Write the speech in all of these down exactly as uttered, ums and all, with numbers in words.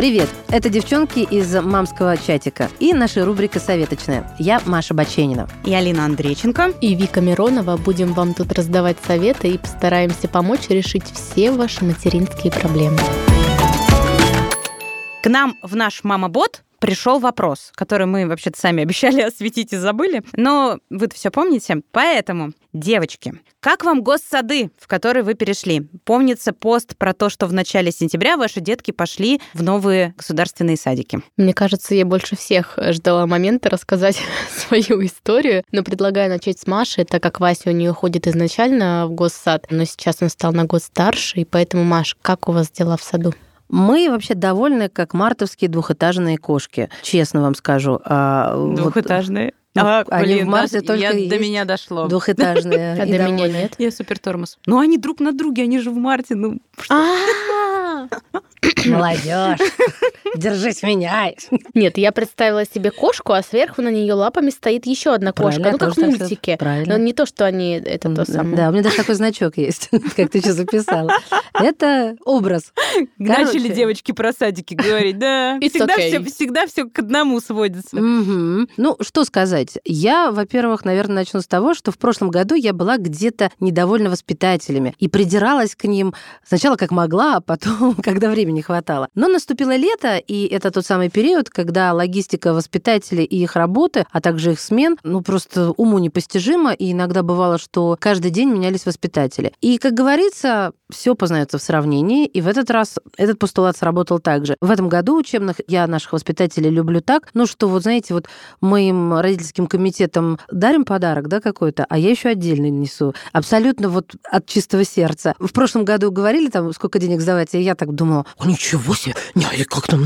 Привет! Это девчонки из мамского чатика и наша рубрика «Советочная». Я Маша Баченина. И Алина Андрейченко. И Вика Миронова. Будем вам тут раздавать советы и постараемся помочь решить все ваши материнские проблемы. К нам в наш мама-бот пришел вопрос, который мы вообще-то сами обещали осветить и забыли, но вы-то все помните. Поэтому, девочки, как вам госсады, в которые вы перешли? Помнится пост про то, что в начале сентября ваши детки пошли в новые государственные садики. Мне кажется, я больше всех ждала момента рассказать свою историю, но предлагаю начать с Маши, так как Вася у нее ходит изначально в госсад, но сейчас он стал на год старше, и поэтому, Маш, как у вас дела в саду? Мы вообще довольны, как мартовские двухэтажные кошки, честно вам скажу. Двухэтажные? Ну, а, они блин, в марте только я, есть. До меня дошло. Двухэтажные. А до меня нет. Я супер тормоз. Ну, они друг на друге, они же в марте. Ну, молодежь, держись меня. Нет, я представила себе кошку, а сверху на нее лапами стоит еще одна кошка. Правильно, Ну, как в тоже так мультике. правильно. Но не то, что они это то самое. Да, у меня даже такой значок есть, как ты сейчас записала. Это образ. Начали Короче. девочки про садики говорить, да. It's Всегда okay. все всегда все к одному сводится. Мгм. Ну, что сказать? Я, во-первых, наверное, начну с того, что в прошлом году я была где-то недовольна воспитателями и придиралась к ним сначала как могла, а потом, когда времени хватало. Но наступило лето, и это тот самый период, когда логистика воспитателей и их работы, а также их смен, ну, просто уму непостижима, и иногда бывало, что каждый день менялись воспитатели. И, как говорится, все познается в сравнении, и в этот раз этот постулат сработал так же. В этом году учебных я наших воспитателей люблю так, ну, что вот, знаете, вот мы им, родительским комитетам, дарим подарок, да, какой-то, а я еще отдельно несу. Абсолютно вот от чистого сердца. В прошлом году говорили там, сколько денег сдавать, и я так думала, о, ничего себе, не, как-то...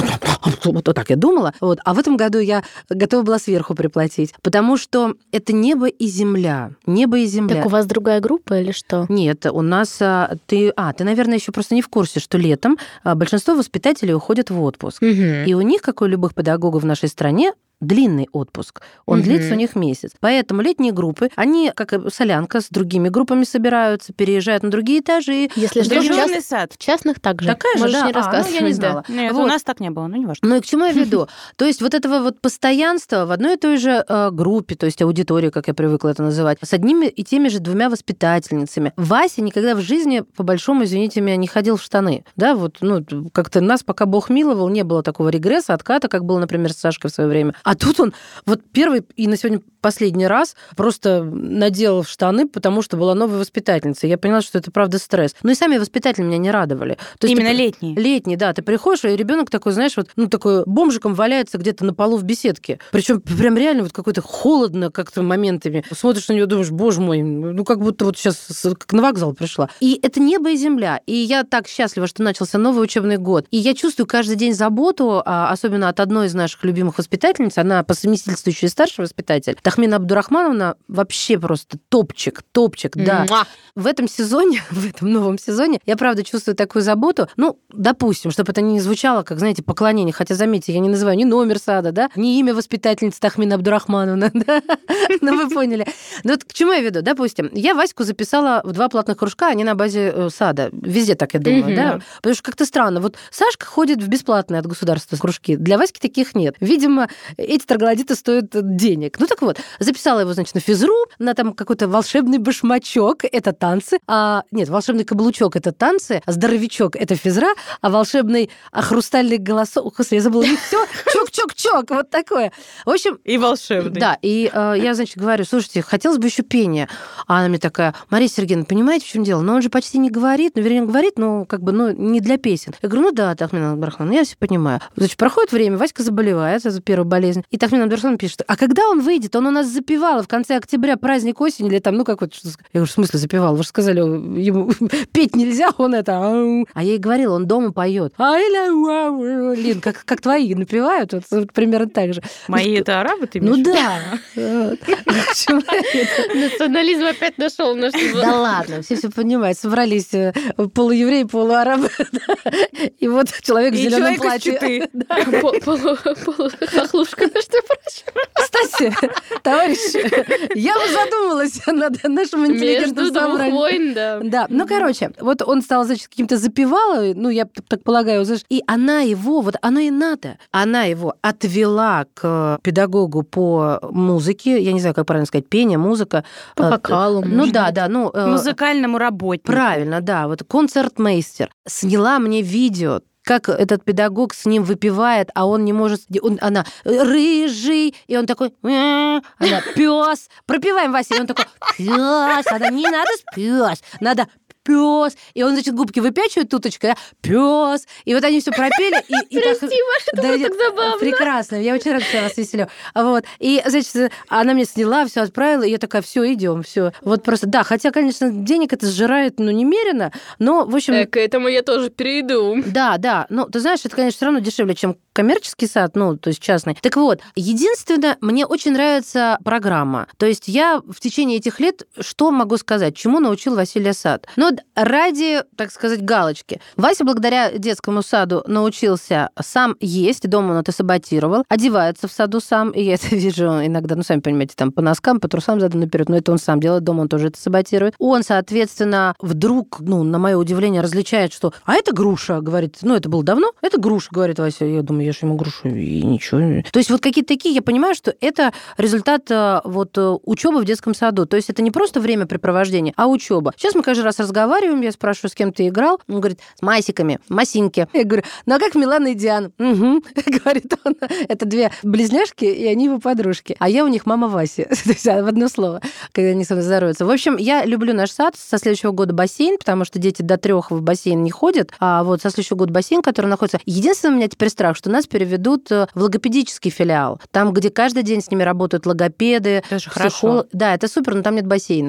Вот так я думала. Вот. А в этом году я готова была сверху приплатить, потому что это небо и земля. Небо и земля. Так у вас другая группа или что? Нет, у нас... Ты, а, ты, наверное, еще просто не в курсе, что летом большинство воспитателей уходят в отпуск. Угу. И у них, как у любых педагогов в нашей стране, длинный отпуск. Он Мгм. длится у них месяц. Поэтому летние группы, они, как и солянка, с другими группами собираются, переезжают на другие этажи. Если что, в Дежурный част- сад. в частных также. Такая же, Можешь да? не А, ну, рассказывать. я не да. знала. Нет, Вот. у нас так не было, ну не важно. Ну и к чему я веду? То есть вот этого вот постоянства в одной и той же э, группе, то есть аудитории, как я привыкла это называть, с одними и теми же двумя воспитательницами. Вася никогда в жизни, по большому, извините меня, не ходил в штаны. Да, вот, ну, как-то нас, пока Бог миловал, не было такого регресса, отката, как было, например, с Сашкой в свое время. А тут он вот первый и на сегодня последний раз просто надел в штаны, потому что была новая воспитательница. Я поняла, что это, правда, стресс. Ну и сами воспитатели меня не радовали. То есть Именно ты... летний. Летний, да. Ты приходишь, и ребенок такой, знаешь, вот, ну, такой бомжиком валяется где-то на полу в беседке. Причем прям реально вот какой-то холодно как-то моментами. Смотришь на него, думаешь, боже мой, ну, как будто вот сейчас как на вокзал пришла. И это небо и земля. И я так счастлива, что начался новый учебный год. И я чувствую каждый день заботу, особенно от одной из наших любимых воспитательниц. Она по совместительству еще и старший воспитатель. Тахмина Абдурахмановна вообще просто топчик, топчик, да. Муа! В этом сезоне, в этом новом сезоне, я, правда, чувствую такую заботу. Ну, допустим, чтобы это не звучало, как, знаете, поклонение. Хотя, заметьте, я не называю ни номер сада, да, ни имя воспитательницы Тахмина Абдурахмановна, да. Ну, вы поняли. Ну, вот к чему я веду? Допустим, я Ваську записала в два платных кружка, они на базе э, сада. Везде так, я думаю, Мгм. да. Потому что как-то странно. Вот Сашка ходит в бесплатные от государства кружки. Для Васьки таких нет. Видимо, эти троглодиты стоят денег. Ну, так вот, записала его, значит, на физру, на там какой-то волшебный башмачок, это танцы. А, нет, волшебный каблучок — это танцы, а здоровичок — это физра, а волшебный, а хрустальный голосок... Господи, я забыла, не все. Чок-чок-чок, вот такое. В общем, И волшебный. да, и э, я, значит, говорю, слушайте, хотелось бы еще пения. А она мне такая, Мария Сергеевна, понимаете, в чем дело? Ну, он же почти не говорит, ну, вернее, он говорит, но как бы, ну, не для песен. Я говорю, ну да, Тахмина Абдурахмановна, я все понимаю. Значит, проходит время, Васька заболевает, это первая болезнь, и Тахмина Абдурахмановна пишет, а когда он выйдет? Он у нас запевал в конце октября праздник осени или там, ну, как вот, что... Я говорю, в смысле запевал? Вы же сказали, ему петь нельзя, он это... А я ей говорила, он дома поет. Лин, как, как твои напевают, вот, вот примерно так же. Мои это арабы, ты имеешь? Ну в виду? да. Национализм опять нашел наш. Да ладно, все все понимают. Собрались э, полуевреи, полуарабы. да. И вот человек в И зеленом человек из платье. Читы. Да. Хохлушка. Что проще? Кстати, товарищи, я бы задумалась над нашим интеллигентным собранием. Между двух войн, да. Да, ну, короче, вот он стал, значит, каким-то запевалой, ну, я так полагаю, знаешь, и она его, вот оно и надо, она его отвела к педагогу по музыке, я не знаю, как правильно сказать, пение, музыка. По вокалу. Ну, да, да, ну... Музыкальному работнику. Правильно, да, вот концертмейстер. Сняла мне видео, как этот педагог с ним выпивает, а он не может... Он, она рыжий, и он такой... Она пес. Пропиваем, Вася, и он такой... Пес. Она не надо пес, надо пес. И он, значит, губки выпячивает туточкой, да? Пес. И вот они все пропели. И, и Прости, так, Маша, это да, было так забавно. Прекрасно. Я очень рада, что я вас веселю. Вот. И, значит, она мне сняла, все отправила, и я такая, все, идем, все. Вот просто, да, хотя, конечно, денег это сжирает, ну, немерено, но, в общем... Э, к этому я тоже перейду. Да, да. Ну, ты знаешь, это, конечно, все равно дешевле, чем коммерческий сад, ну, то есть частный. Так вот, единственное, мне очень нравится программа. То есть я в течение этих лет, что могу сказать, чему научил Василия сад? Ну, ради, так сказать, галочки. Вася благодаря детскому саду научился сам есть, дома он это саботировал, одевается в саду сам, и я это вижу иногда, ну, сами понимаете, там по носкам, по трусам задом наперед, но это он сам делает, дома он тоже это саботирует. Он, соответственно, вдруг, ну, на мое удивление, различает, что, а это груша, говорит, ну, это было давно, это груша, говорит Вася, я думаю, я же ему грушу, и ничего. То есть вот какие-то такие, я понимаю, что это результат вот учебы в детском саду, то есть это не просто времяпрепровождение, а учеба. Сейчас мы каждый раз разговариваем, я спрашиваю, с кем ты играл, он говорит, с Масиками, Масиньки. Я говорю, ну а как Милана и Диана? Угу, говорит он, это две близняшки, и они его подружки. А я у них мама Вася, то есть в одно слово, когда они со мной здороваются. В общем, я люблю наш сад, со следующего года бассейн, потому что дети до трех в бассейн не ходят, а вот со следующего года бассейн, который находится... Единственное, у меня теперь страх, что нас переведут в логопедический филиал, там, где каждый день с ними работают логопеды, психологи. Да, это супер, но там нет бассейна.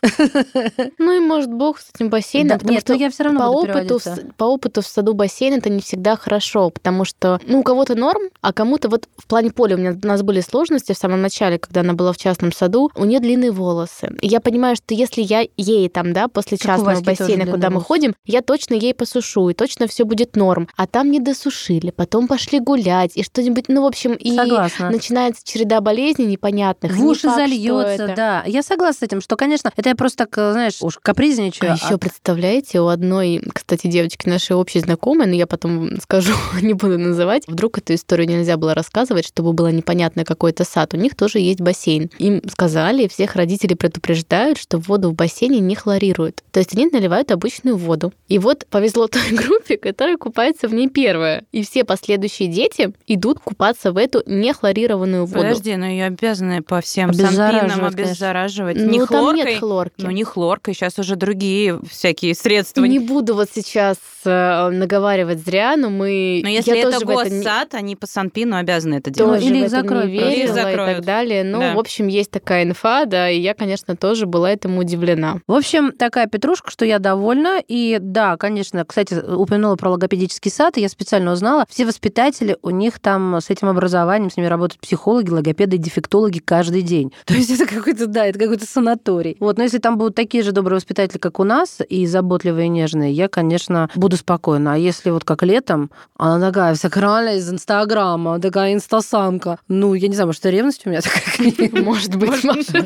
Ну и может бог с этим бассейном, да, нет, но я все равно по буду опыту, в, по опыту в саду бассейн это не всегда хорошо, потому что ну, у кого-то норм, а кому-то вот в плане Поли у, меня, у нас были сложности в самом начале, когда она была в частном саду, у нее длинные волосы. И я понимаю, что если я ей там, да, после частного бассейна, куда мы ходим, я точно ей посушу, и точно все будет норм. А там не досушили, потом пошли гулять, и что-нибудь, ну, в общем, и согласна. Начинается череда болезней непонятных. В уши зальется, да. Я согласна с этим, что, конечно, это я просто так, знаешь, уж капризничаю. А, а... еще представляете, у одной, кстати, девочки нашей общей знакомой, но я потом скажу, не буду называть, вдруг эту историю нельзя было рассказывать, чтобы было непонятно какой-то сад. У них тоже есть бассейн. Им сказали, всех родителей предупреждают, что воду в бассейне не хлорируют. То есть они наливают обычную воду. И вот повезло той группе, которая купается в ней первая. И все последующие дети идут купаться в эту нехлорированную воду. Подожди, но ее обязаны по всем санпинам обеззараживать. Ну, не там хлоркой, нет хлорки. Ну, не хлоркой, сейчас уже другие всякие средства. Не буду вот сейчас э, наговаривать зря, но мы... Но если я это госсад, это... они по санпину обязаны это делать. Тоже или их закроют, или их закроют. И так далее. Ну, да. в общем, есть такая инфа, да, и я, конечно, тоже была этому удивлена. В общем, такая петрушка, что я довольна. И да, конечно, кстати, упомянула про логопедический сад, и я специально узнала, все воспитатели, у них там с этим образованием, с ними работают психологи, логопеды и дефектологи каждый день. То есть это какой-то, да, это какой-то санаторий. Вот, но если там будут такие же добрые воспитатели, как у нас, и заботливые, и нежные, я, конечно, буду спокойна. А если вот как летом, она такая вся кральная из Инстаграма, такая инстасамка, ну, я не знаю, может, это ревность у меня такая? Может быть, Маша.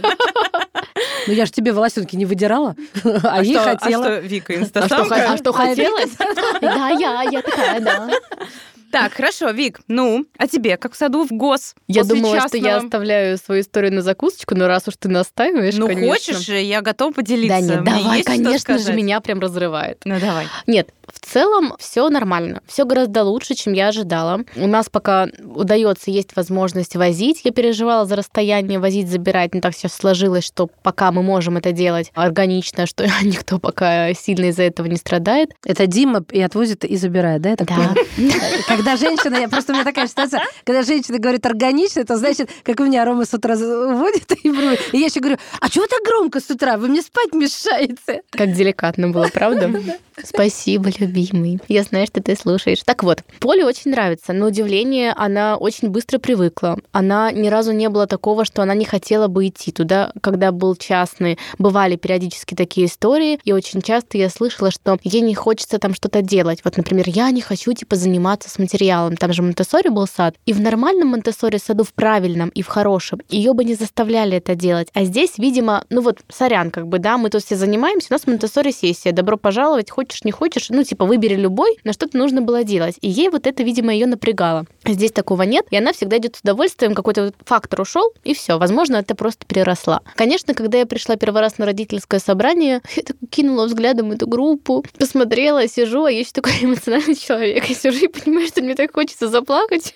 Ну, я же тебе волосенки не выдирала, а ей хотела. А что, Вика, инстасамка? А что хотелось? Да, я, я такая, да. Так, хорошо, Вик, ну, а тебе, как в саду в ГОС? Я думала, частного... что я оставляю свою историю на закусочку, но раз уж ты настаиваешь, ну, конечно. хочешь же, я готова поделиться. Да нет, Мне давай, есть конечно же, меня прям разрывает. Ну, давай. Нет, в целом все нормально, все гораздо лучше, чем я ожидала. У нас пока удается, есть возможность возить. Я переживала за расстояние, возить, забирать, но так сейчас сложилось, что пока мы можем это делать органично, что никто пока сильно из-за этого не страдает. Это Дима и отвозит, и забирает, да? Да. Когда женщина, я просто у меня такая ситуация, когда женщина говорит органично, это значит, как у меня Рома с утра уводит и брует. И я еще говорю, а чего так громко с утра? Вы мне спать мешаете. Как деликатно было, правда? Спасибо, любимый, я знаю, что ты слушаешь. Так вот, Поле очень нравится. На удивление, она очень быстро привыкла. Она ни разу не было такого, что она не хотела бы идти туда, когда был частный. Бывали периодически такие истории, и очень часто я слышала, что ей не хочется там что-то делать. Вот, например, я не хочу, типа, заниматься с материалом. Там же Монтессори был сад. И в нормальном Монтессори саду, в правильном и в хорошем, ее бы не заставляли это делать. А здесь, видимо, ну вот, сорян, как бы, да, мы тут все занимаемся, у нас Монтессори сессия, добро пожаловать, хочешь, не хочешь, ну, типа, выбери любой, но что-то нужно было делать. И ей вот это, видимо, ее напрягало. А здесь такого нет, и она всегда идет с удовольствием, какой-то вот фактор ушел, и все. Возможно, это просто переросла. Конечно, когда я пришла первый раз на родительское собрание, я так кинула взглядом эту группу, посмотрела, сижу, а я еще такой эмоциональный человек. Я сижу и понимаю, что мне так хочется заплакать.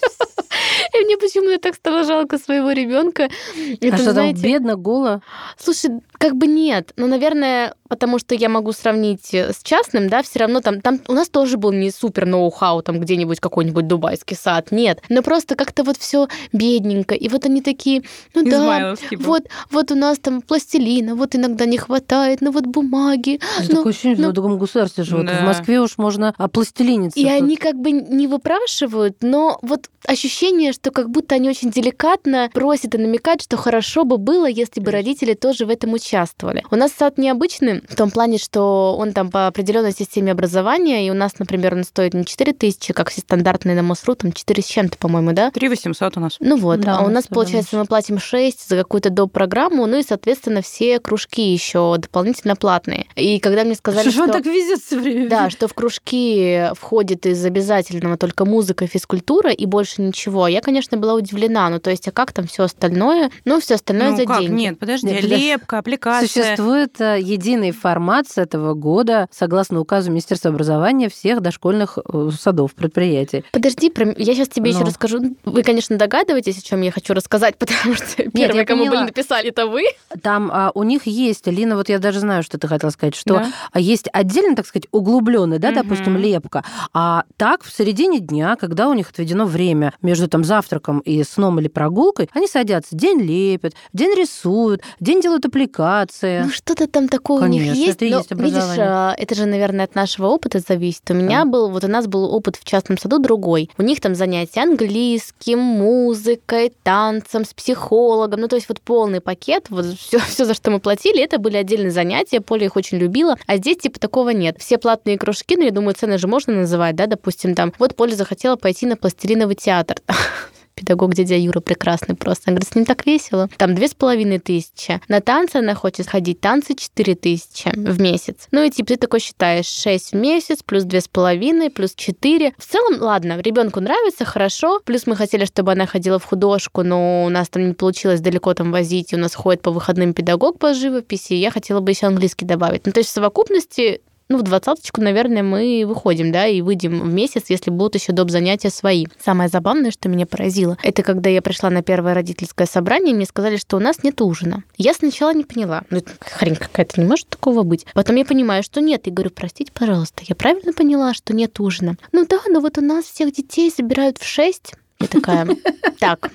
И мне почему-то так стало жалко своего ребенка. А что там, бедно, голо? Слушай, как бы нет. Ну, наверное, потому что я могу сравнить с частным, да, все равно там, там у нас тоже был не супер ноу-хау, там где-нибудь какой-нибудь дубайский сад, нет. Но просто как-то вот все бедненько. И вот они такие, ну да, вот, вот у нас там пластилина, вот иногда не хватает, ну вот бумаги. Ну, такое ощущение, что в другом государстве живут. Да. В Москве уж можно опластилиниться. И тут. они как бы не выпрашивают, но вот ощущение, что как будто они очень деликатно просят и намекают, что хорошо бы было, если бы родители тоже в этом участвовали. У нас сад необычный в том плане, что он там по определенной системе образования, и у нас, например, он стоит не четыре тысячи, как все стандартные на МОСРУ, там четыре с чем-то, по-моему, да? три восемьсот у нас. Ну вот, да, а у нас, получается, меньше. Мы платим шесть за какую-то доп. Программу, ну и, соответственно, все кружки еще дополнительно платные. И когда мне сказали, что... Что он так везет все время? Да, что в кружки входит из обязательного только музыка, физкультура и больше ничего. Я, конечно, была удивлена. Ну, то есть, а как там все остальное? Ну, все остальное ну, за как? деньги. Нет, подожди, Нет, лепка, аппликация. Существует единый формат с этого года, согласно указу Министерства образования, всех дошкольных садов, предприятий. Подожди, я сейчас тебе Но. еще расскажу. Вы, конечно, догадываетесь, о чем я хочу рассказать, потому что Нет, первые, я кому поняла. были написали, это вы. Там а, у них есть, Лина, вот я даже знаю, что ты хотела сказать, что Да. есть отдельно, так сказать, углубленный, да, Мгм. допустим, лепка, а так в середине дня, когда у них отведено время между там завтраком и сном или прогулкой, они садятся, день лепят, день рисуют, день делают аппликации. Ну, что-то там такое Конечно, у них есть. это и но, есть образование. Видишь, а, это же, наверное, от нашего опыта зависит. У меня Да. был, вот у нас был опыт в частном саду другой. У них там занятия английским, музыкой, танцем, с психологом. Ну, то есть вот полный пакет, вот все, все, за что мы платили, это были отдельные занятия. Поля их очень любила. А здесь типа такого нет. Все платные кружки, ну, я думаю, цены же можно называть, да, допустим, там. Вот Поля захотела пойти на пластилиновый театр. Педагог дядя Юра прекрасный просто. Он говорит, с ним так весело. Там две с половиной тысячи. На танцы она хочет ходить. Танцы четыре тысячи в месяц. Ну и типа ты такой считаешь, шесть в месяц, плюс две с половиной, плюс четыре. В целом, ладно, ребенку нравится, хорошо. Плюс мы хотели, чтобы она ходила в художку, но у нас там не получилось далеко там возить. И у нас ходит по выходным педагог по живописи. И я хотела бы еще английский добавить. Ну то есть в совокупности... Ну, в двадцаточку, наверное, мы выходим, да, и выйдем в месяц, если будут еще доп. Занятия свои. Самое забавное, что меня поразило, это когда я пришла на первое родительское собрание, мне сказали, что у нас нет ужина. Я сначала не поняла. Ну, это хрень какая-то, не может такого быть. Потом я понимаю, что нет. И говорю, простите, пожалуйста, я правильно поняла, что нет ужина? Ну да, но вот у нас всех детей собирают в шесть. Я такая, так,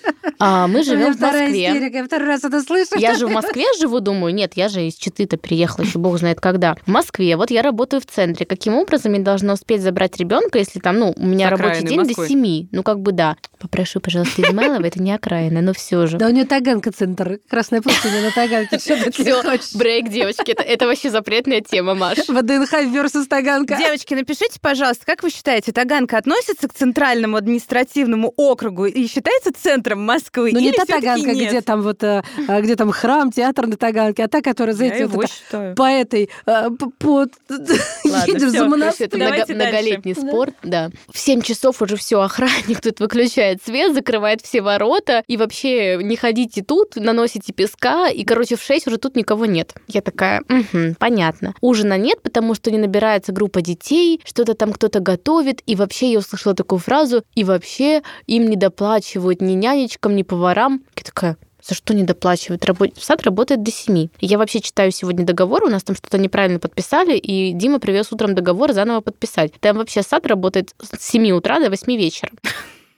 а мы живем в Москве. Истерика, я второй раз это слышу. Я же в Москве живу, думаю, нет, я же из Читы-то приехала, еще бог знает когда. В Москве, вот я работаю в центре. Каким образом я должна успеть забрать ребенка, если там, ну, у меня рабочий день до семи? Ну, как бы да. Попрошу, пожалуйста, Измайлова, это не окраина, но все же. Да у нее Таганка центр, Красная площадь на Таганке. Все, брейк, девочки, это, это вообще запретная тема, Маш. ВДНХ versus Таганка. Девочки, напишите, пожалуйста, как вы считаете, Таганка относится к центральному административному округу и считается центром Москвы? Ну, не или та Таганка, нет? где там вот, где там храм, театр на Таганке, а та, которая, знаете, вот это, по этой, по, едешь за монастырь. Это много, многолетний спорт, да. В семь часов уже все, охранник тут выключает свет, закрывает все ворота, и вообще не ходите тут, наносите песка, и, короче, в шесть уже тут никого нет. Я такая, угу, понятно. Ужина нет, потому что не набирается группа детей, что-то там кто-то готовит, и вообще я услышала такую фразу, и вообще им не доплачивают ни нянечкам, ни поварам. Я такая, за что не доплачивают? Рабо... Сад работает до семи. Я вообще читаю сегодня договор, у нас там что-то неправильно подписали, и Дима привез утром договор заново подписать. Там вообще сад работает с семи утра до восьми вечера.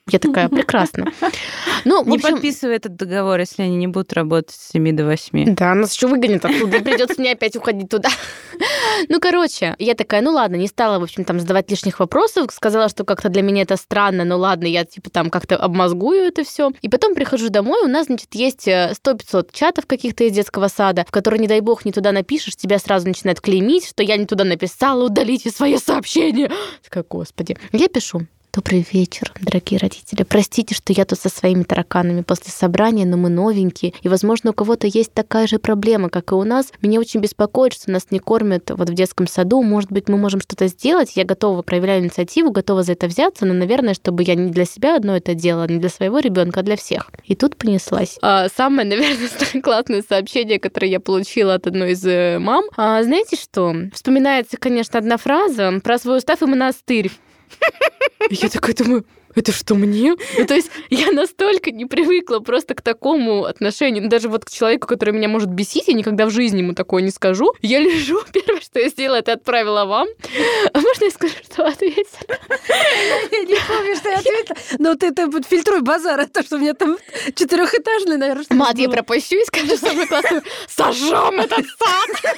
Я такая, прекрасно. Ну, не общем... подписывай этот договор, если они не будут работать с семи до восьми. Да, нас еще выгонят оттуда, и придется мне опять уходить туда. Ну, короче, я такая, ну ладно, не стала, в общем, там задавать лишних вопросов, сказала, что как-то для меня это странно, ну ладно, я типа там как-то обмозгую это все. И потом прихожу домой, у нас, значит, есть сто-пятьсот чатов каких-то из детского сада, в которые, не дай бог, не туда напишешь, тебя сразу начинают клеймить, что я не туда написала, удалите свои сообщения. Такая, господи. Я пишу. Добрый вечер, дорогие родители. Простите, что я тут со своими тараканами после собрания, но мы новенькие. И, возможно, у кого-то есть такая же проблема, как и у нас. Меня очень беспокоит, что нас не кормят вот в детском саду. Может быть, мы можем что-то сделать. Я готова, проявляю инициативу, готова за это взяться, но, наверное, чтобы я не для себя одно это делала, не для своего ребенка, а для всех. И тут понеслась. А, самое, наверное, классное сообщение, которое я получила от одной из мам. А, знаете что? Вспоминается, конечно, одна фраза про свой устав и монастырь. И я такая думаю, это что, мне? Ну, то есть я настолько не привыкла просто к такому отношению, ну, даже вот к человеку, который меня может бесить, я никогда в жизни ему такое не скажу. Я лежу, первое, что я сделала, это отправила вам. А можно я скажу, что ответила? Я не помню, что я ответила. Но ты фильтруй базар, это что у меня там четырехэтажный, наверное. Мат, я пропущу и скажу самое классное. Сожжем этот сад!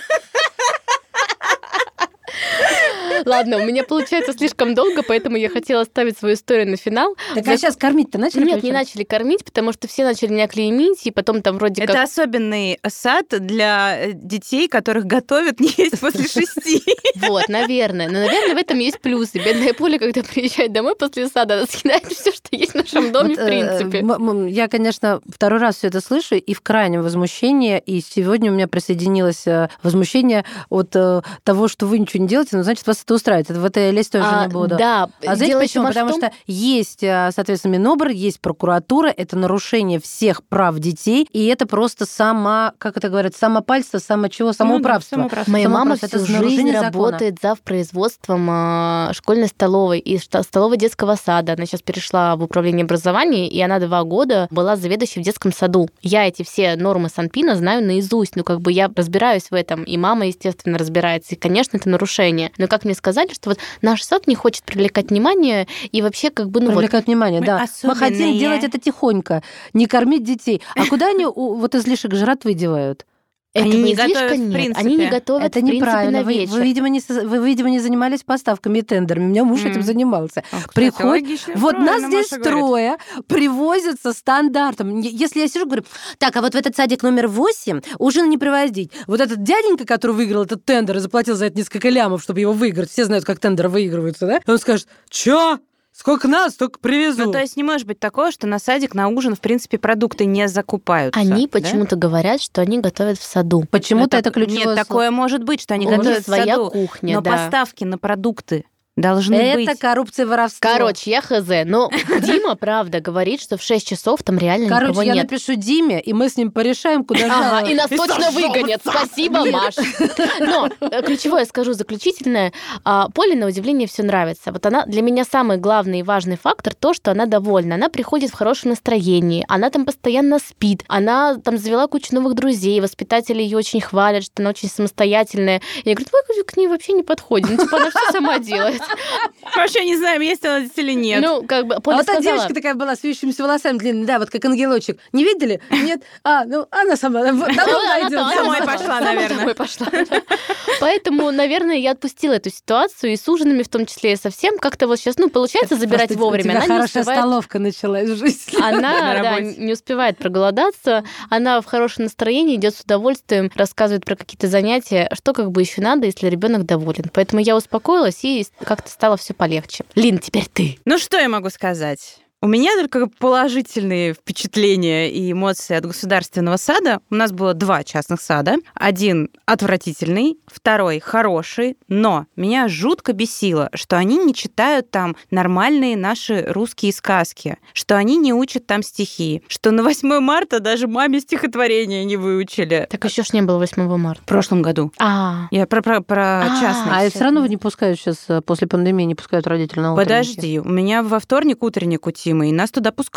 Ладно, у меня получается слишком долго, поэтому я хотела оставить свою историю на финал. Так, а сейчас кормить-то начали? Нет, не начали кормить, потому что все начали меня клеймить, и потом там вроде Это как... Это особенный сад для детей, которых готовят не есть после шести. Вот, наверное. Но, наверное, в этом есть плюсы. Бедная Поля, когда приезжает домой после сада, она съедает все, что есть в нашем доме, в принципе. Я, конечно, второй раз все это слышу, и в крайнем возмущении, и сегодня у меня присоединилось возмущение от того, что вы ничего не делаете, но, значит, вас это устраивает. В это я лезть тоже а, не буду. Да. А знаете почему? Потому что есть, соответственно, Минобр, есть прокуратура, это нарушение всех прав детей, и это просто само, как это говорят, самопальство, само чего, самоуправство. Ну, да, Моя мама всю жизнь работает завпроизводством школьной столовой и столовой детского сада. Она сейчас перешла в управление образования, и она два года была заведующей в детском саду. Я эти все нормы Санпина знаю наизусть, ну, как бы я разбираюсь в этом, и мама, естественно, разбирается, и, конечно, это нарушение. Но как мне сказали, что вот наш сад не хочет привлекать внимание и вообще как бы... Ну, привлекать вот... внимание, да. Мы хотим делать это тихонько, не кормить детей. А куда они вот излишек жратвы девают? Этого они не готовят, нет. в принципе. Они не готовят, это в принципе, неправильно. на вечер. Вы, вы, видимо, не, вы, видимо, не занимались поставками и тендерами. У меня муж mm. этим занимался. О, кстати, Приходит, вот нас здесь трое, привозят со стандартом. Если я сижу, говорю, так, а вот в этот садик номер восемь ужин не привозить. Вот этот дяденька, который выиграл этот тендер и заплатил за это несколько лямов, чтобы его выиграть, все знают, как тендеры выигрываются, да? Он скажет, чё? Сколько нас, столько привезу. Ну, то есть не может быть такого, что на садик, на ужин, в принципе, продукты не закупаются. Они да? почему-то говорят, что они готовят в саду. Почему-то это, это ключевое Нет, слово. Такое может быть, что они У готовят в саду. своя кухня, но да. поставки на продукты должны это быть. Это коррупция, воровство. Короче, я хз. Но Дима, правда, говорит, что в шесть часов там реально Короче, никого я нет. напишу Диме, и мы с ним порешаем, куда ага, жаловаться. и нас и точно выгонят. Спасибо, Маш. Но ключевое скажу, заключительное. Поле, на удивление, все нравится. Вот она для меня самый главный и важный фактор то, что она довольна. Она приходит в хорошем настроении, она там постоянно спит, она там завела кучу новых друзей, воспитатели ее очень хвалят, что она очень самостоятельная. И я говорю, мы к ней вообще не подходим. Ну, типа, она все сама делает. Вообще не знаем, есть она здесь или нет. Ну, как бы, Поля а вот сказала... та девочка такая была с вьющимися волосами длинными, да, вот как ангелочек. Не видели? Нет? А, ну, она сама. Домой дойдет. Домой пошла, наверное. Домой пошла. Поэтому, наверное, я отпустила эту ситуацию и с ужинами в том числе, и совсем как-то вот сейчас, ну, получается забирать вовремя. У тебя хорошая столовка началась в жизни. Она, да, не успевает проголодаться, она в хорошем настроении, идет с удовольствием, рассказывает про какие-то занятия, что как бы еще надо, если ребенок доволен. Поэтому я успокоилась и как-то стало все полегче. Лин, теперь ты. Ну, что я могу сказать? У меня только положительные впечатления и эмоции от государственного сада. У нас было два частных сада. Один отвратительный, второй хороший, но меня жутко бесило, что они не читают там нормальные наши русские сказки, что они не учат там стихи, что на восьмое марта даже маме стихотворение не выучили. Так еще ж не было восьмого марта. В прошлом году. А. Я про, про, про частный. А все равно не пускают сейчас, после пандемии, не пускают родителей на утренники. Подожди, у меня во вторник утренник у Тимы, и нас туда пускают.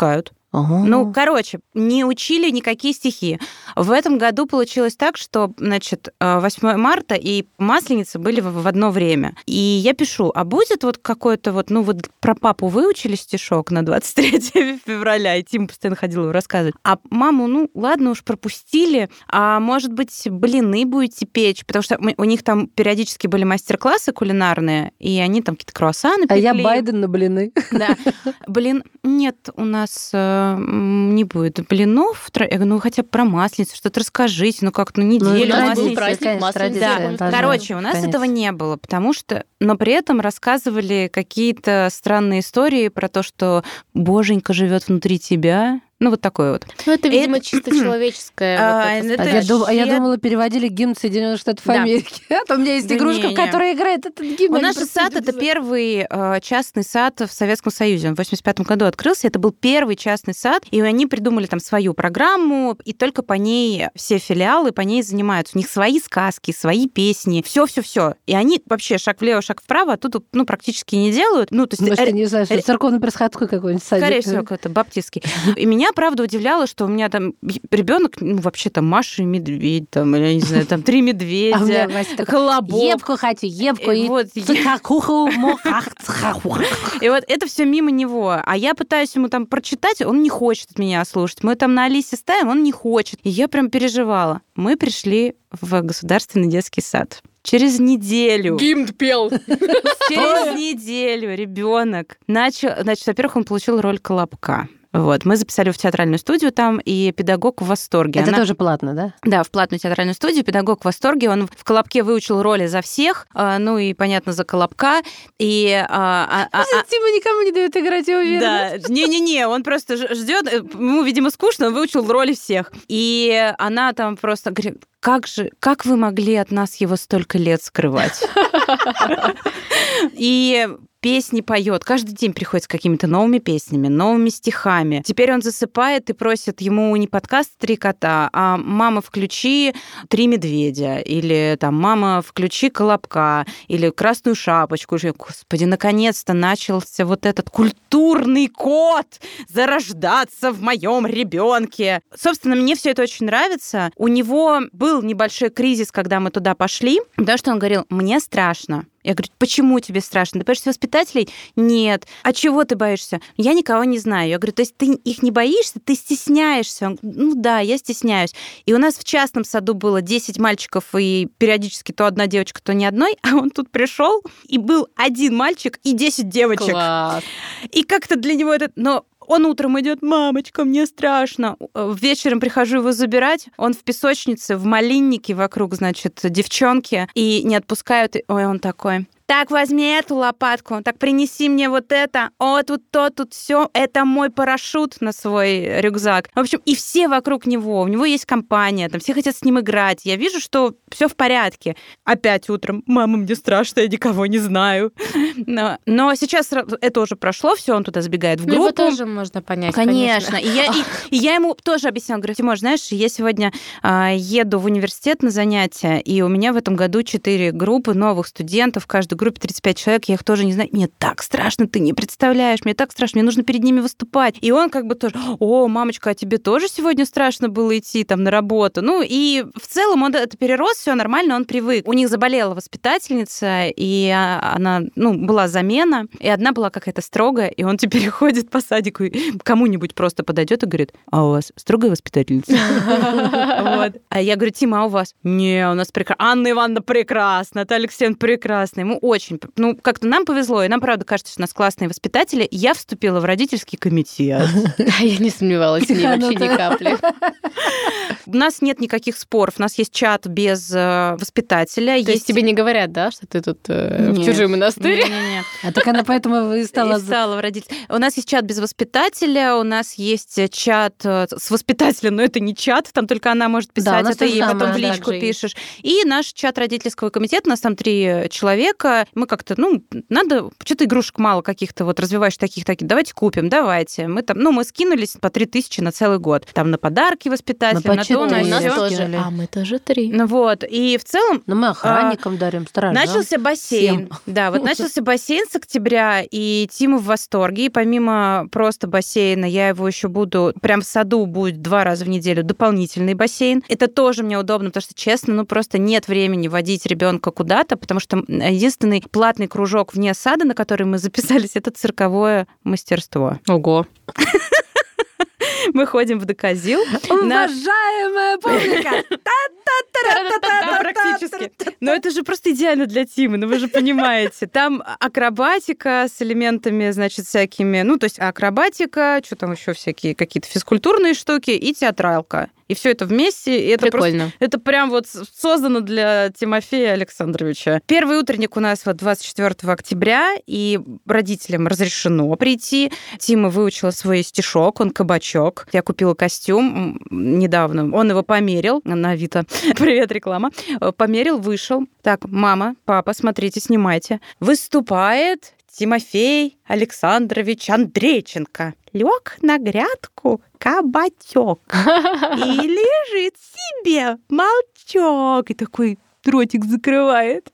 Ага. Ну, короче, не учили никакие стихи. В этом году получилось так, что, значит, восьмое марта и Масленица были в одно время. И я пишу, а будет вот какой-то вот, ну вот про папу выучили стишок на двадцать третьего февраля, и Тима постоянно ходил его рассказывать. А маму, ну, ладно уж, пропустили, а может быть, блины будете печь, потому что мы, у них там периодически были мастер-классы кулинарные, и они там какие-то круассаны пекли. А я Байден на блины. Да. Блин, нет, у нас не будет блинов. Я говорю, ну хотя бы про масленицу что-то расскажите, ну как-то ну, неделю ну, масленицы. праздник масленицы. Да. Да. Короче, у нас Конечно. этого не было, потому что... Но при этом рассказывали какие-то странные истории про то, что Боженька живет внутри тебя. Ну, вот такое вот. Ну, это, видимо, чисто человеческое. А, вот это это А я, ж- дум- а я я- думала, переводили гимн Соединенных Штатов Да. Америки. А то у меня есть Да игрушка, не-не. в которой играет этот гимн. У Они нас же просто сад идут это за- первый э, частный сад в Советском Союзе. Он в восемьдесят пятом году открылся. Это был первый частный сад, и они придумали там свою программу, и только по ней все филиалы по ней занимаются. У них свои сказки, свои песни, все, все, все. И они вообще шаг влево, шаг вправо, а тут ну практически не делают. Ну то есть Может, э, я не знаю, что э, церковно-приходской какой-нибудь садик. скорее всего, какой-то баптистский. И меня, правда, удивляло, что у меня там ребенок, ну, вообще там Маша и медведь, там, я не знаю, там три медведя, А у меня Вася такой, колобок. ебку хочу, ебку, И и вот, цикакуху, мохах, цхахух. И вот это все мимо него. А я пытаюсь ему там прочитать, он не хочет меня слушать. Мы там на Алисе ставим, он не хочет. И я прям переживала. Мы пришли в государственный детский сад. Через неделю. Гимн пел. Через неделю ребенок начал... Значит, во-первых, он получил роль колобка. Вот. Мы записали в театральную студию там, и педагог в восторге. Это Она- тоже платно, да? Да, в платную театральную студию. Педагог в восторге. Он в «Колобке» выучил роли за всех, а, ну и, понятно, за «Колобка». И... а, а, а, Тима никому не дает играть, я уверена. да, не-не-не, он просто ждет, ему, видимо, скучно, он выучил роли всех. И она там просто говорит, как же, как вы могли от нас его столько лет скрывать? И песни поет. Каждый день приходит с какими-то новыми песнями, новыми стихами. Теперь он засыпает и просит ему не подкаст «Три кота», а «Мама, включи «Три медведя», или там «Мама, включи «Колобка», или «Красную шапочку». И я, Господи, наконец-то начался вот этот культурный код зарождаться в моем ребенке. Собственно, мне все это очень нравится. У него был небольшой кризис, когда мы туда пошли, потому что он говорил, мне страшно. Я говорю, почему тебе страшно? Ты боишься воспитателей? Нет. А чего ты боишься? Я никого не знаю. Я говорю, то есть ты их не боишься, ты стесняешься? Он, ну да, я стесняюсь. И у нас в частном саду было десять мальчиков, и периодически то одна девочка, то ни одной, а он тут пришел, и был один мальчик и десять девочек. Класс. И как-то для него это... Но он утром идет, мамочка, мне страшно. Вечером прихожу его забирать, он в песочнице, в малиннике вокруг, значит, девчонки, и не отпускают. Ой, он такой... Так, возьми эту лопатку, так принеси мне вот это, о, тут то, тут все, это мой парашют на свой рюкзак. В общем, и все вокруг него, у него есть компания, там все хотят с ним играть. Я вижу, что все в порядке. Опять утром, мама, мне страшно, я никого не знаю. Но, но сейчас это уже прошло, все, он туда забегает в Ну, его группу. тоже можно понять, Конечно. конечно. И, я, и, и я ему тоже объясняла, говорю, Тимош, знаешь, я сегодня а, еду в университет на занятия, и у меня в этом году четыре группы новых студентов, в каждой группе тридцать пять человек, я их тоже не знаю. Мне так страшно, ты не представляешь, мне так страшно, мне нужно перед ними выступать. И он как бы тоже, о, мамочка, а тебе тоже сегодня страшно было идти там на работу? Ну, и в целом он это перерос, все нормально, он привык. У них заболела воспитательница, и она, ну, была замена, и одна была какая-то строгая, и он теперь ходит по садику и кому-нибудь просто подойдет и говорит, а у вас строгая воспитательница? А я говорю, Тима, а у вас? Не, у нас прекрасно. Анна Ивановна прекрасна, Наталья Алексеевна прекрасна. Ему очень, ну, как-то нам повезло, и нам, правда, кажется, что у нас классные воспитатели. Я вступила в родительский комитет. Я не сомневалась в ней вообще ни капли. У нас нет никаких споров, у нас есть чат без воспитателя. То есть тебе не говорят, да, что ты тут в чужой монастырь? Не-не-не. А так она поэтому и стала... И стала в родитель. У нас есть чат без воспитателя, у нас есть чат с воспитателем, но это не чат, там только она может писать, у нас а ты то же ей потом самое, в да, личку же пишешь. И наш чат родительского комитета, у нас там три человека, игрушка. Мы как-то, ну, надо, что-то игрушек мало каких-то вот развивающих таких-таких, давайте купим, давайте. Мы там, ну, мы скинулись по три тысячи на целый год. Там на подарки воспитателям, на то, на у нас сё. тоже. А мы тоже три. Ну вот, и в целом... Ну, мы охранникам а, дарим, стражам. Начался бассейн. Всем. Да, вот начался бассейн с октября, и Тима в восторге. И помимо просто бассейна, я его еще буду... Прям в саду будет два раза в неделю дополнительный бассейн. Это тоже мне удобно, потому что, честно, ну, просто нет времени водить ребенка куда-то, потому что единственный платный кружок вне сада, на который мы записались, это цирковое мастерство. Ого. Мы ходим в Доказил. Уважаемая публика! Практически. Но это же просто идеально для Тимы, ну вы же понимаете. Там акробатика с элементами, значит, всякими... Ну, то есть акробатика, что там еще всякие какие-то физкультурные штуки и театралка. И все это вместе. И это прикольно. Просто, это прям вот создано для Тимофея Александровича. Первый утренник у нас вот двадцать четвёртого октября, и родителям разрешено прийти. Тима выучила свой стишок, он кабачок. Я купила костюм недавно. Он его померил на Авито. Привет, реклама. Померил, вышел. Так, мама, папа, смотрите, снимайте. Выступает Тимофей Александрович Андрейченко. Лег на грядку кабачок и лежит себе молчок. И такой ротик закрывает.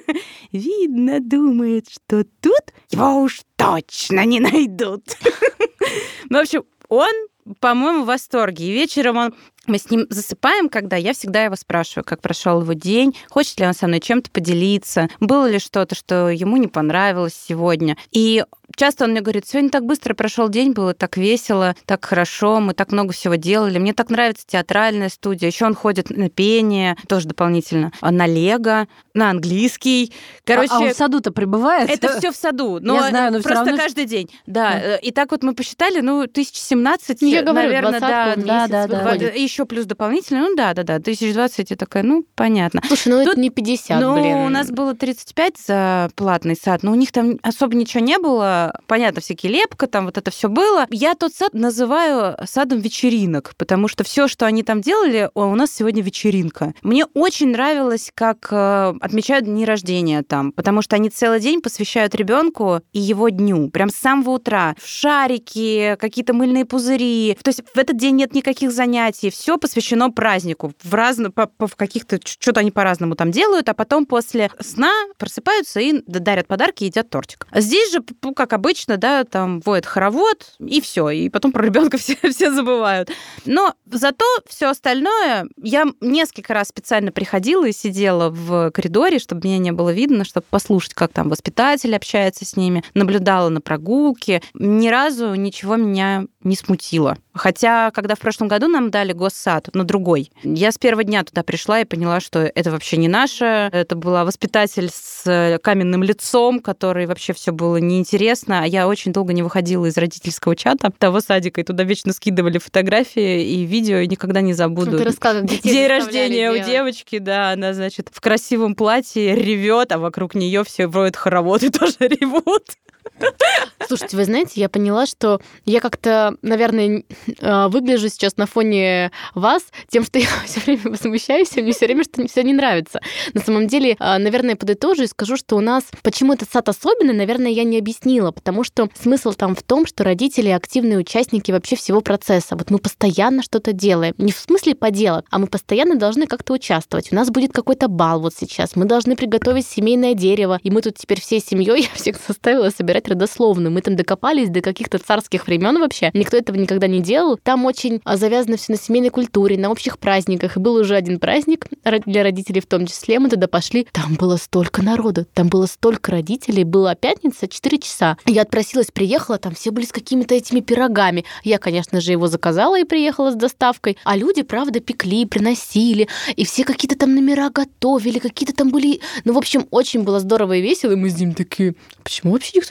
Видно, думает, что тут его уж точно не найдут. Ну, в общем, он, по-моему, в восторге. И вечером он... Мы с ним засыпаем, когда я всегда его спрашиваю, как прошел его день, хочет ли он со мной чем-то поделиться, было ли что-то, что ему не понравилось сегодня. И часто он мне говорит, сегодня так быстро прошел день, было так весело, так хорошо, мы так много всего делали, мне так нравится театральная студия, еще он ходит на пение, тоже дополнительно, на лего, на английский. Короче, а, а он в саду-то пребывает? Это все в саду, но, я знаю, но просто равно... каждый день. Да. да, и так вот мы посчитали, ну, тысяч семнадцать, я наверное, да, да, да, да. Еще плюс дополнительно, ну да, да, да, тысяч двадцать, я такая, ну, понятно. Слушай, ну Тут, это не пятьдесят, ну, блин. Ну, у нас было тридцать пять за платный сад, но у них там особо ничего не было. Понятно, всякие лепка, там вот это все было. Я тот сад называю садом вечеринок, потому что все, что они там делали, у нас сегодня вечеринка. Мне очень нравилось, как отмечают дни рождения там, потому что они целый день посвящают ребенку и его дню. Прям с самого утра. Шарики, какие-то мыльные пузыри. То есть в этот день нет никаких занятий. Все посвящено празднику. В разно, по, по, в каких-то... Что-то они по-разному там делают, а потом после сна просыпаются и дарят подарки и едят тортик. А здесь же, как обычно, да, там воет хоровод, и все. И потом про ребенка все, все забывают. Но зато все остальное... Я несколько раз специально приходила и сидела в коридоре, чтобы меня не было видно, чтобы послушать, как там воспитатель общается с ними, наблюдала на прогулке. Ни разу ничего меня не смутило. Хотя, когда в прошлом году нам дали госсад, но другой, я с первого дня туда пришла и поняла, что это вообще не наше. Это была воспитатель с каменным лицом, который вообще все было неинтересно. А я очень долго не выходила из родительского чата того садика, и туда вечно скидывали фотографии и видео, и никогда не забуду. Ну, ты рассказывала, детей день рождения делать. У девочки, да, она, значит, в красивом платье ревет, а вокруг нее все воют хоровод и тоже ревут. Слушайте, вы знаете, я поняла, что я как-то, наверное, выгляжу сейчас на фоне вас тем, что я все время возмущаюсь, и мне все время что все не нравится. На самом деле, наверное, подытожу и скажу, что у нас, почему этот сад особенный, наверное, я не объяснила, потому что смысл там в том, что родители активные участники вообще всего процесса. Вот мы постоянно что-то делаем. Не в смысле поделок, а мы постоянно должны как-то участвовать. У нас будет какой-то бал вот сейчас, мы должны приготовить семейное дерево, и мы тут теперь всей семьей, я всех заставила собирать родословную. Мы там докопались до каких-то царских времен вообще. Никто этого никогда не делал. Там очень завязано все на семейной культуре, на общих праздниках. И был уже один праздник для родителей в том числе. Мы туда пошли. Там было столько народу, там было столько родителей. Была пятница, четыре часа. Я отпросилась, приехала, там все были с какими-то этими пирогами. Я, конечно же, его заказала и приехала с доставкой. А люди, правда, пекли, приносили. И все какие-то там номера готовили, какие-то там были... Ну, в общем, очень было здорово и весело. И мы с ним такие, почему вообще никто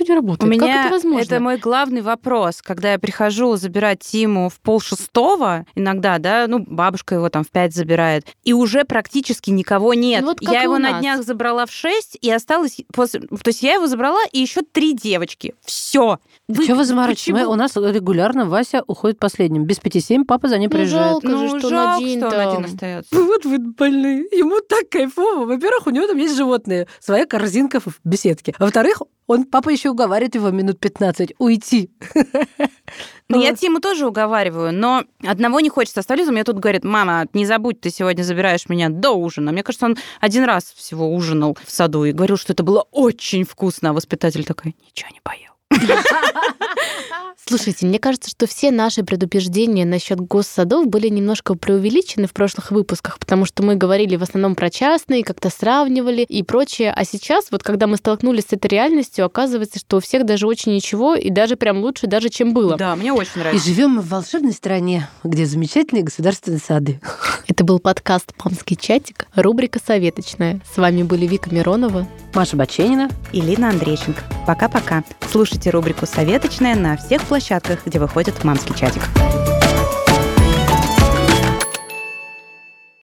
не работает? У меня как это возможно? Это мой главный вопрос. Когда я прихожу забирать Тиму в полшестого, иногда, да, ну, бабушка его там в пять забирает, и уже практически никого нет. Ну, вот как я и его у на нас. днях забрала в шесть, и осталось после... То есть я его забрала, и еще три девочки. Все. Что вы заморачиваетесь? Мы- У нас регулярно Вася уходит последним. Без пяти семь папа за ним Ну, приезжает. жалко же, что он жалко, один что он там. один остается. Вот вы больные. Ему так кайфово. Во-первых, у него там есть животные. Своя корзинка в беседке. Во-вторых, он, папа еще уговаривает его минут пятнадцать уйти. Ну, я Тиму тоже уговариваю, но одного не хочется. Оставлю, мне тут говорит: мама, не забудь, ты сегодня забираешь меня до ужина. Мне кажется, он один раз всего ужинал в саду и говорил, что это было очень вкусно. А воспитатель такой: ничего не поел. Слушайте, мне кажется, что все наши предубеждения насчет госсадов были немножко преувеличены в прошлых выпусках, потому что мы говорили в основном про частные, как-то сравнивали и прочее. А сейчас, вот когда мы столкнулись с этой реальностью, оказывается, что у всех даже очень ничего, и даже прям лучше, даже чем было. Да, мне очень И нравится. живем мы в волшебной стране, где замечательные государственные сады. Это был подкаст «Мамский чатик», рубрика «Советочная». С вами были Вика Миронова, Маша Баченина. И Лина Андрейченко. Пока-пока. Слушайте рубрику «Советочная» на всех площадках, где выходит «Мамский чатик».